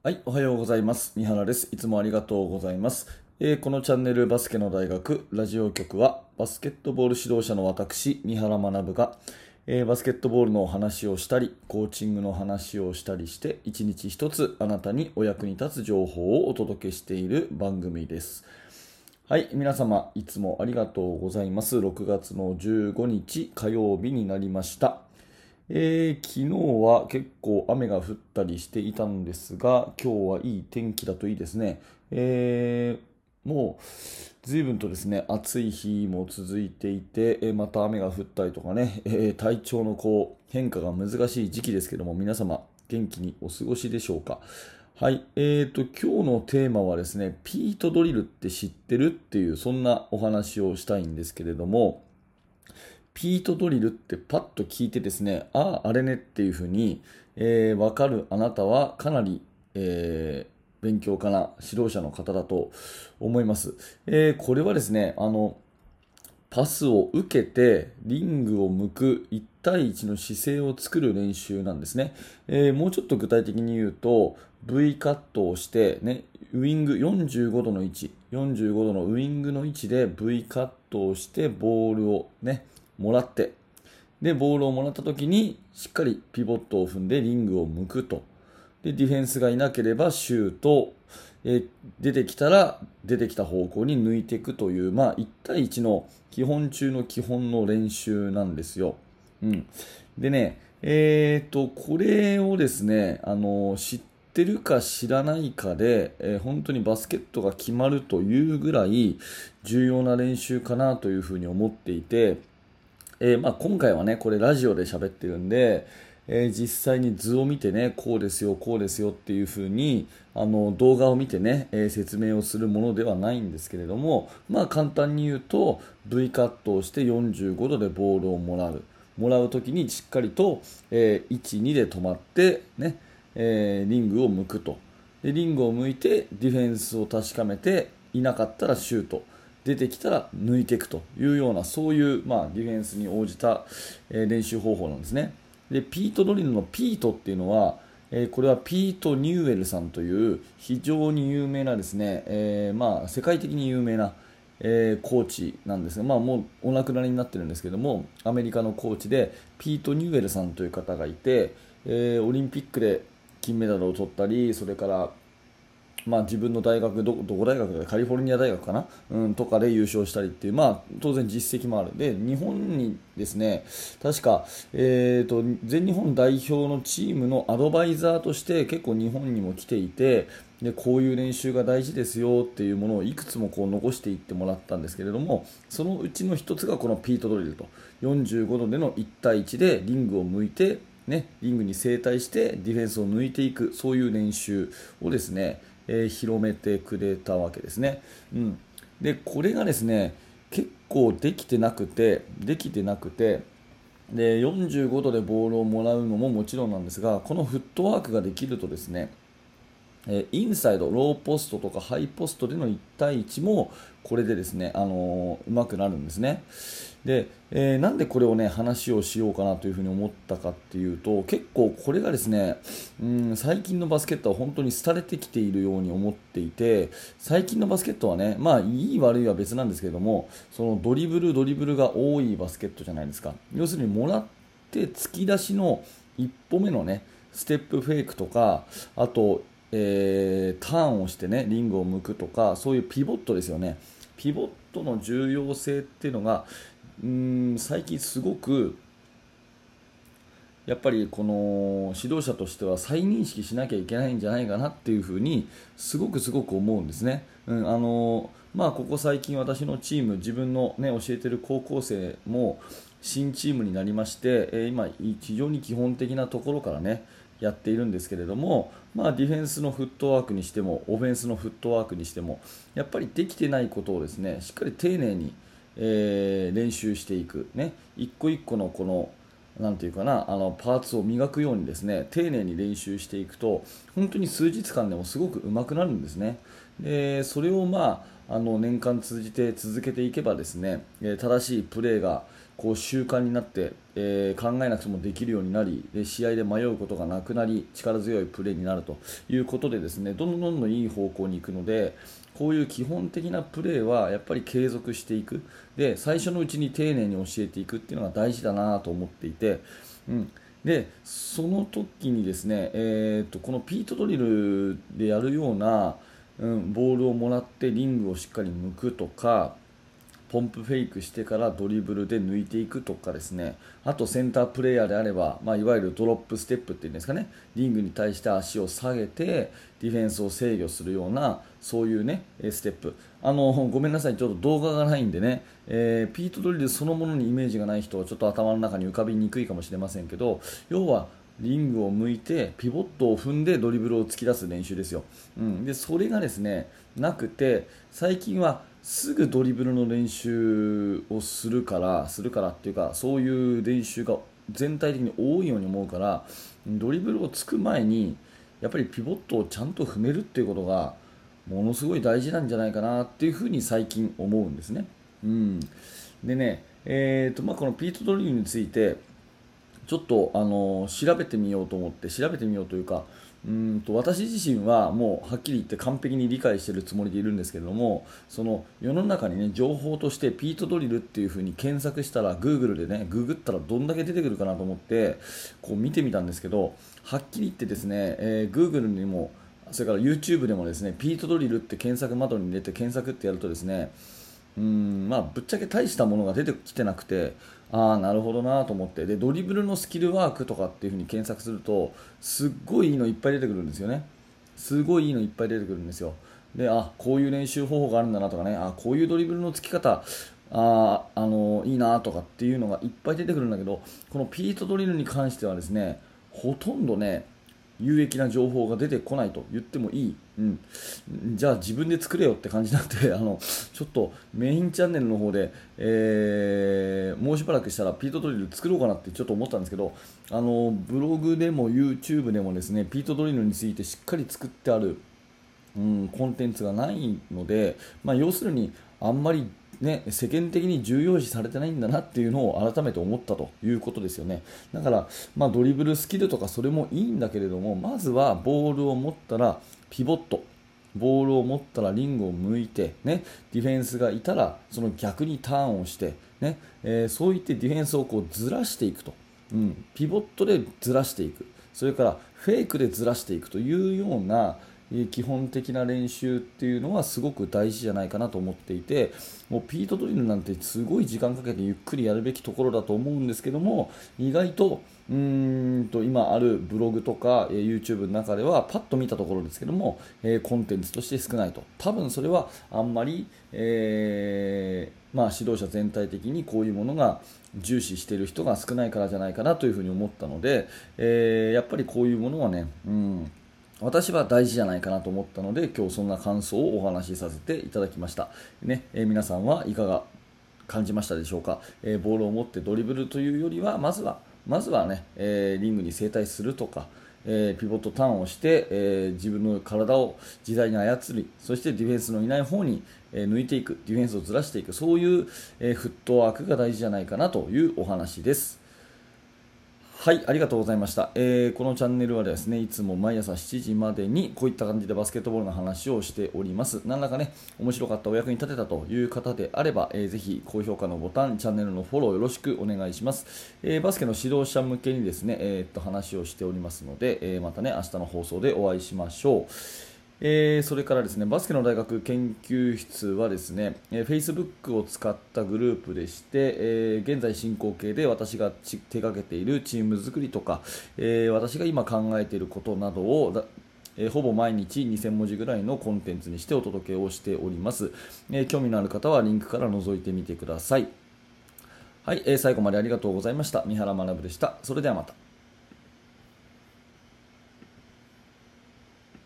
はい、おはようございます。三原です。いつもありがとうございます。このチャンネルバスケの大学ラジオ局はバスケットボール指導者の私、三原学が、バスケットボールの話をしたり、コーチングの話をしたりして、一日一つあなたにお役に立つ情報をお届けしている番組です。はい、皆様いつもありがとうございます。6月の15日火曜日になりました。昨日は結構雨が降ったりしていたんですが、今日はいい天気だといいですね。もう随分とですね、暑い日も続いていて、また雨が降ったりとかね、体調の変化が難しい時期ですけども、皆様元気にお過ごしでしょうか。はい、今日のテーマはですね、ピートドリルって知ってるっていう、そんなお話をしたいんですけれども、ピートドリルってパッと聞いてですね、ああ、あれねっていうふうに、わかるあなたはかなり、勉強家な指導者の方だと思います。これはですね、パスを受けてリングを向く1対1の姿勢を作る練習なんですね。もうちょっと具体的に言うと、V カットをして、ね、ウイング45度の位置、45度のウイングの位置で V カットをしてボールをね、もらって、で、ボールをもらった時にしっかりピボットを踏んでリングを向くと。で、ディフェンスがいなければシュート、出てきたら出てきた方向に抜いていくという、まあ、1対1の基本中の基本の練習なんですよ。うん。でね、これをですね、知ってるか知らないかで、本当にバスケットが決まるというぐらい重要な練習かなというふうに思っていて、まあ、今回はね、これラジオで喋ってるんで、実際に図を見てね、こうですよ、こうですよっていう風に、動画を見てね、説明をするものではないんですけれども、まあ簡単に言うと、V カットをして45度でボールをもらう。もらうときにしっかりと、1、2で止まって、ね、リングを向くと。で、リングを向いてディフェンスを確かめて、いなかったらシュート。出てきたら抜いていくというようなそういう、まあ、ディフェンスに応じた、練習方法なんですね。でピートドリルのピートっていうのは、これはピート・ニューエルさんという非常に有名なですね、まあ、世界的に有名な、コーチなんですが、まあ、もうお亡くなりになってるんですけども、アメリカのコーチでピート・ニューエルさんという方がいて、オリンピックで金メダルを取ったり、それからまあ、自分の大学どこ大学だカリフォルニア大学かな、とかで優勝したりっていう、まあ、当然実績もあるで日本にですね確か、全日本代表のチームのアドバイザーとして結構日本にも来ていてでこういう練習が大事ですよっていうものをいくつもこう残していってもらったんですけれどもそのうちの一つがこのピートドリルと45度での1対1でリングを向いてね、リングに正対してディフェンスを抜いていくそういう練習をですね広めてくれたわけですね。うん、でこれがですね結構できてなくてで45度でボールをもらうのももちろんなんですがこのフットワークができるとですねインサイド、ローポストとかハイポストでの1対1もこれでですね、うまくなるんですね。で、なんでこれをね、話をしようかなというふうに思ったかっていうと、結構これがですね、最近のバスケットは本当に廃れてきているように思っていて、最近のバスケットはね、まあ、いい悪いは別なんですけれども、そのドリブルが多いバスケットじゃないですか。要するにもらって突き出しの一歩目のね、ステップフェイクとか、あと、ターンをしてねリングを向くとかそういうピボットですよねピボットの重要性っていうのが最近すごくやっぱりこの指導者としては再認識しなきゃいけないんじゃないかなっていうふうにすごく思うんですね、まあここ最近私のチーム自分のね教えてる高校生も新チームになりまして、今非常に基本的なところからねやっているんですけれども、まあ、ディフェンスのフットワークにしてもオフェンスのフットワークにしてもやっぱりできてないことをですねしっかり丁寧に、練習していく、ね、一個一個のこのなんていうかなパーツを磨くようにですね丁寧に練習していくと本当に数日間でもすごく上手くなるんですね。でそれをまあ年間通じて続けていけばですね正しいプレーがこう習慣になって、考えなくてもできるようになり、で試合で迷うことがなくなり、力強いプレーになるということでですね、どんどんいい方向に行くので、こういう基本的なプレーはやっぱり継続していく、で最初のうちに丁寧に教えていくっていうのが大事だなと思っていて、でその時にですね、このピートドリルでやるような、ボールをもらってリングをしっかり抜くとか、ポンプフェイクしてからドリブルで抜いていくとかですね、あとセンタープレーヤーであれば、いわゆるドロップステップっていうんですかね、リングに対して足を下げてディフェンスを制御するような、そういうねステップ、ごめんなさい、ちょっと動画がないんでね、ピートドリルそのものにイメージがない人はちょっと頭の中に浮かびにくいかもしれませんけど、要はリングを向いてピボットを踏んでドリブルを突き出す練習ですよ、でそれがですねなくて、最近はすぐドリブルの練習をするからっていうか、そういう練習が全体的に多いように思うから、ドリブルをつく前にやっぱりピボットをちゃんと踏めるっていうことがものすごい大事なんじゃないかなっていうふうに最近思うんですね。でね、このピートドリルについてちょっと調べてみようと思って、調べてみようというか、私自身はもうはっきり言って完璧に理解しているつもりでいるんですけれども、その世の中にね情報としてピートドリルっていう風に検索したら、 Google でねググったらどんだけ出てくるかなと思ってこう見てみたんですけど、はっきり言ってですね、Google にもそれから YouTube でもですね、ピートドリルって検索窓に入れて検索ってやるとですね、ぶっちゃけ大したものが出てきてなくて、なるほどなと思って、でドリブルのスキルワークとかっていう風に検索すると、すっごいいいのいっぱい出てくるんですよね。すごいいいのいっぱい出てくるんですよ。で、こういう練習方法があるんだなとかね、こういうドリブルのつき方、いいなとかっていうのがいっぱい出てくるんだけど、このピートドリルに関してはですね、ほとんどね有益な情報が出てこないと言ってもいい、じゃあ自分で作れよって感じになってちょっとメインチャンネルの方で、もうしばらくしたらピートドリル作ろうかなってちょっと思ったんですけど、ブログでも YouTube でもですね、ピートドリルについてしっかり作ってある、コンテンツがないので、要するにあんまり世間的に重要視されてないんだなっていうのを改めて思ったということですよね。だから、ドリブルスキルとかそれもいいんだけれども、まずはボールを持ったらピボット、ボールを持ったらリングを向いて、ディフェンスがいたらその逆にターンをして、そういってディフェンスをこうずらしていくと、ピボットでずらしていく、それからフェイクでずらしていくというような基本的な練習っていうのはすごく大事じゃないかなと思っていて、もうピートドリルなんてすごい時間かけてゆっくりやるべきところだと思うんですけども、意外と今あるブログとか YouTube の中ではパッと見たところですけども、コンテンツとして少ないと。多分それはあんまり、指導者全体的にこういうものが重視している人が少ないからじゃないかなというふうに思ったので、やっぱりこういうものはね、私は大事じゃないかなと思ったので、今日そんな感想をお話しさせていただきました、皆さんはいかが感じましたでしょうか。ボールを持ってドリブルというよりはまずはね、リングに正対するとか、ピボットターンをして、自分の体を自在に操り、そしてディフェンスのいない方に、抜いていく、ディフェンスをずらしていく、そういう、フットワークが大事じゃないかなというお話です。はい、ありがとうございました。このチャンネルはですね、いつも毎朝7時までにこういった感じでバスケットボールの話をしております。何らかね、面白かった、お役に立てたという方であれば、ぜひ高評価のボタン、チャンネルのフォローよろしくお願いします。バスケの指導者向けにですね、話をしておりますので、またね、明日の放送でお会いしましょう。それからですね、バスケの大学研究室はですね、Facebook を使ったグループでして、現在進行形で私が手掛けているチーム作りとか、私が今考えていることなどをほぼ毎日2000文字ぐらいのコンテンツにしてお届けをしております。興味のある方はリンクから覗いてみてください。はい、最後までありがとうございました。三原学でした。それではまた。